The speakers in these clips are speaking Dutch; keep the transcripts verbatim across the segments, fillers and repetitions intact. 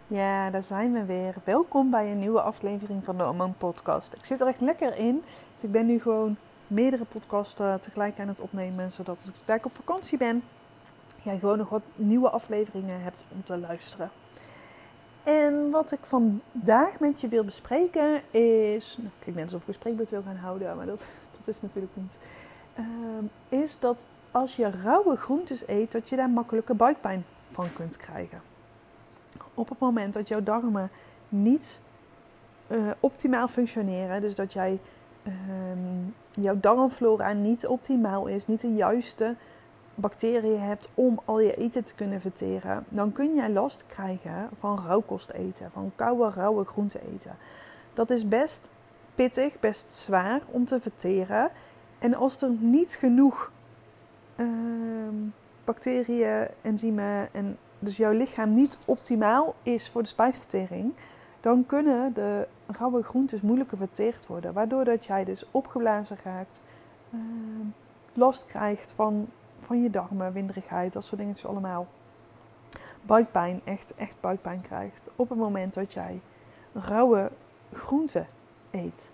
Ja, daar zijn we weer. Welkom bij een nieuwe aflevering van de Hormoon Podcast. Ik zit er echt lekker in. Dus ik ben nu gewoon meerdere podcasten tegelijk aan het opnemen. Zodat als ik straks op vakantie ben, jij gewoon nog wat nieuwe afleveringen hebt om te luisteren. En wat ik vandaag met je wil bespreken is... Nou, kijk, net alsof ik een spreekbeurt wil gaan houden, maar dat, dat is natuurlijk niet. Uh, is dat als je rauwe groentes eet, dat je daar makkelijke buikpijn van kunt krijgen. Op het moment dat jouw darmen niet uh, optimaal functioneren, dus dat jij, uh, jouw darmflora niet optimaal is, niet de juiste bacteriën hebt om al je eten te kunnen verteren, dan kun jij last krijgen van rauwkost eten, van koude, rauwe groenten eten. Dat is best pittig, best zwaar om te verteren. En als er niet genoeg uh, bacteriën, enzymen en dus jouw lichaam niet optimaal is voor de spijsvertering, dan kunnen de rauwe groentes moeilijker verteerd worden. Waardoor dat jij dus opgeblazen raakt, uh, last krijgt van, van je darmen, winderigheid, dat soort dingetjes allemaal. Buikpijn, echt, echt buikpijn krijgt op het moment dat jij rauwe groenten eet.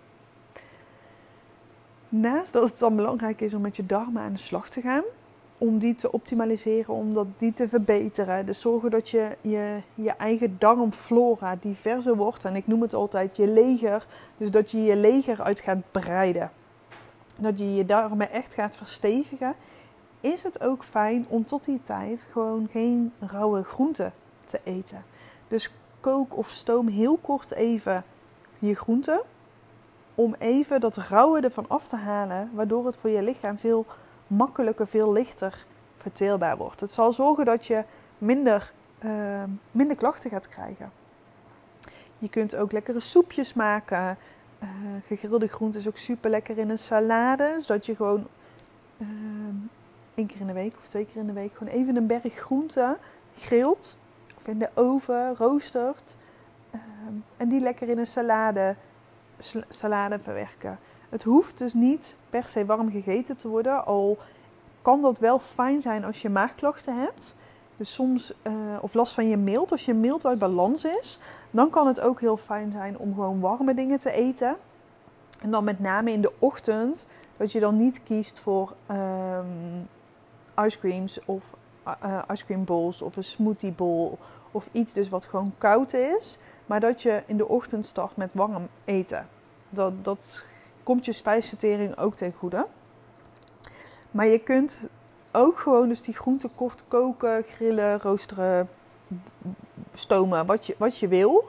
Naast dat het dan belangrijk is om met je darmen aan de slag te gaan, om die te optimaliseren, om dat, die te verbeteren. Dus zorgen dat je, je je eigen darmflora diverser wordt. En ik noem het altijd je leger. Dus dat je je leger uit gaat breiden. Dat je je darmen echt gaat verstevigen. Is het ook fijn om tot die tijd gewoon geen rauwe groenten te eten. Dus kook of stoom heel kort even je groenten. Om even dat rauwe ervan af te halen. Waardoor het voor je lichaam veel makkelijker, veel lichter verteerbaar wordt. Het zal zorgen dat je minder, uh, minder klachten gaat krijgen. Je kunt ook lekkere soepjes maken. Uh, gegrilde groenten is ook super lekker in een salade. Zodat je gewoon uh, één keer in de week of twee keer in de week gewoon even een berg groenten grilt. Of in de oven roostert. Uh, en die lekker in een salade, salade verwerken. Het hoeft dus niet per se warm gegeten te worden, al kan dat wel fijn zijn als je maagklachten hebt. Dus soms, uh, of last van je milt, als je milt uit balans is, dan kan het ook heel fijn zijn om gewoon warme dingen te eten. En dan met name in de ochtend, dat je dan niet kiest voor um, ice creams of uh, ice cream bowls of een smoothie bowl of iets dus wat gewoon koud is. Maar dat je in de ochtend start met warm eten. Dat, dat komt je spijsvertering ook ten goede. Maar je kunt ook gewoon dus die groenten kort koken, grillen, roosteren, stomen, wat je, wat je wil.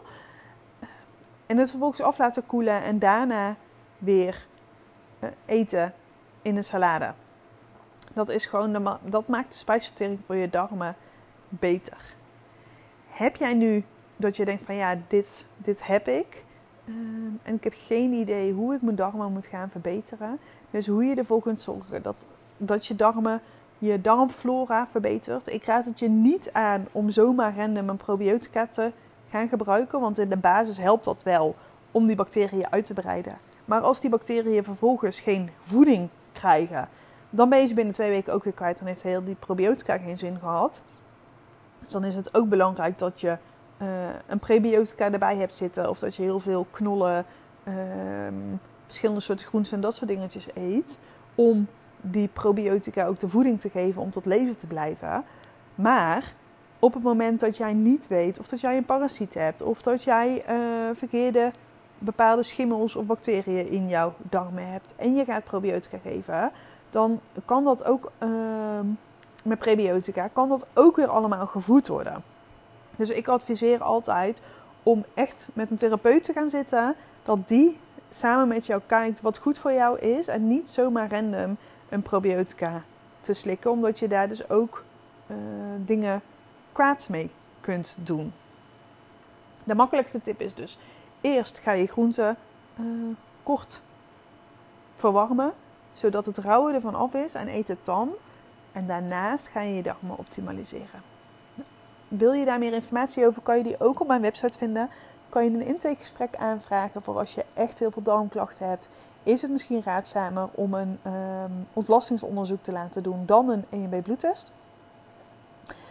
En het vervolgens af laten koelen en daarna weer eten in een salade. Dat is gewoon de, dat maakt de spijsvertering voor je darmen beter. Heb jij nu dat je denkt van ja, dit, dit heb ik. Um, en ik heb geen idee hoe ik mijn darmen moet gaan verbeteren. Dus hoe je ervoor kunt zorgen dat, dat je darmen, je darmflora verbetert. Ik raad het je niet aan om zomaar random een probiotica te gaan gebruiken. Want in de basis helpt dat wel om die bacteriën uit te breiden. Maar als die bacteriën vervolgens geen voeding krijgen, dan ben je ze binnen twee weken ook weer kwijt. Dan heeft heel die probiotica geen zin gehad. Dus dan is het ook belangrijk dat je Uh, een prebiotica erbij hebt zitten. Of dat je heel veel knollen, uh, verschillende soorten groenten en dat soort dingetjes eet. Om die probiotica ook de voeding te geven om tot leven te blijven. Maar op het moment dat jij niet weet of dat jij een parasiet hebt. Of dat jij uh, verkeerde bepaalde schimmels of bacteriën in jouw darmen hebt. En je gaat probiotica geven. Dan kan dat ook uh, met prebiotica kan dat ook weer allemaal gevoed worden. Dus ik adviseer altijd om echt met een therapeut te gaan zitten. Dat die samen met jou kijkt wat goed voor jou is. En niet zomaar random een probiotica te slikken. Omdat je daar dus ook uh, dingen kwaads mee kunt doen. De makkelijkste tip is dus. Eerst ga je groenten uh, kort verwarmen. Zodat het rauwe ervan af is. En eet het dan. En daarnaast ga je je darmen optimaliseren. Wil je daar meer informatie over, kan je die ook op mijn website vinden. Kan je een intakegesprek aanvragen voor als je echt heel veel darmklachten hebt. Is het misschien raadzamer om een um, ontlastingsonderzoek te laten doen dan een E M B bloedtest.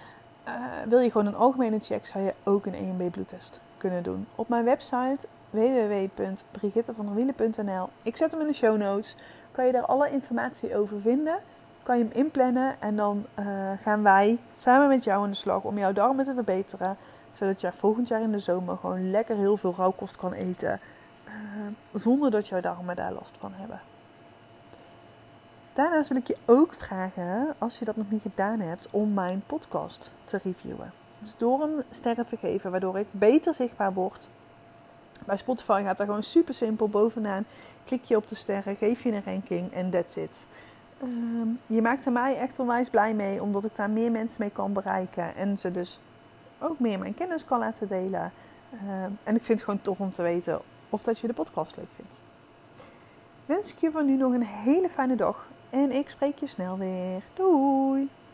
uh, wil je gewoon een algemene check, zou je ook een E M B bloedtest kunnen doen. Op mijn website w w w punt brigitte van der wielen punt n l. Ik zet hem in de show notes. Kan je daar alle informatie over vinden. Kan je hem inplannen en dan uh, gaan wij samen met jou aan de slag om jouw darmen te verbeteren. Zodat je volgend jaar in de zomer gewoon lekker heel veel rauwkost kan eten. Uh, zonder dat jouw darmen daar last van hebben. Daarnaast wil ik je ook vragen, als je dat nog niet gedaan hebt, om mijn podcast te reviewen. Dus door hem sterren te geven, waardoor ik beter zichtbaar word. Bij Spotify gaat dat gewoon super simpel bovenaan. Klik je op de sterren, geef je een ranking en that's it. Um, je maakt er mij echt onwijs blij mee, omdat ik daar meer mensen mee kan bereiken. En ze dus ook meer mijn kennis kan laten delen. Um, en ik vind het gewoon tof om te weten of dat je de podcast leuk vindt. Wens ik je voor nu nog een hele fijne dag. En ik spreek je snel weer. Doei!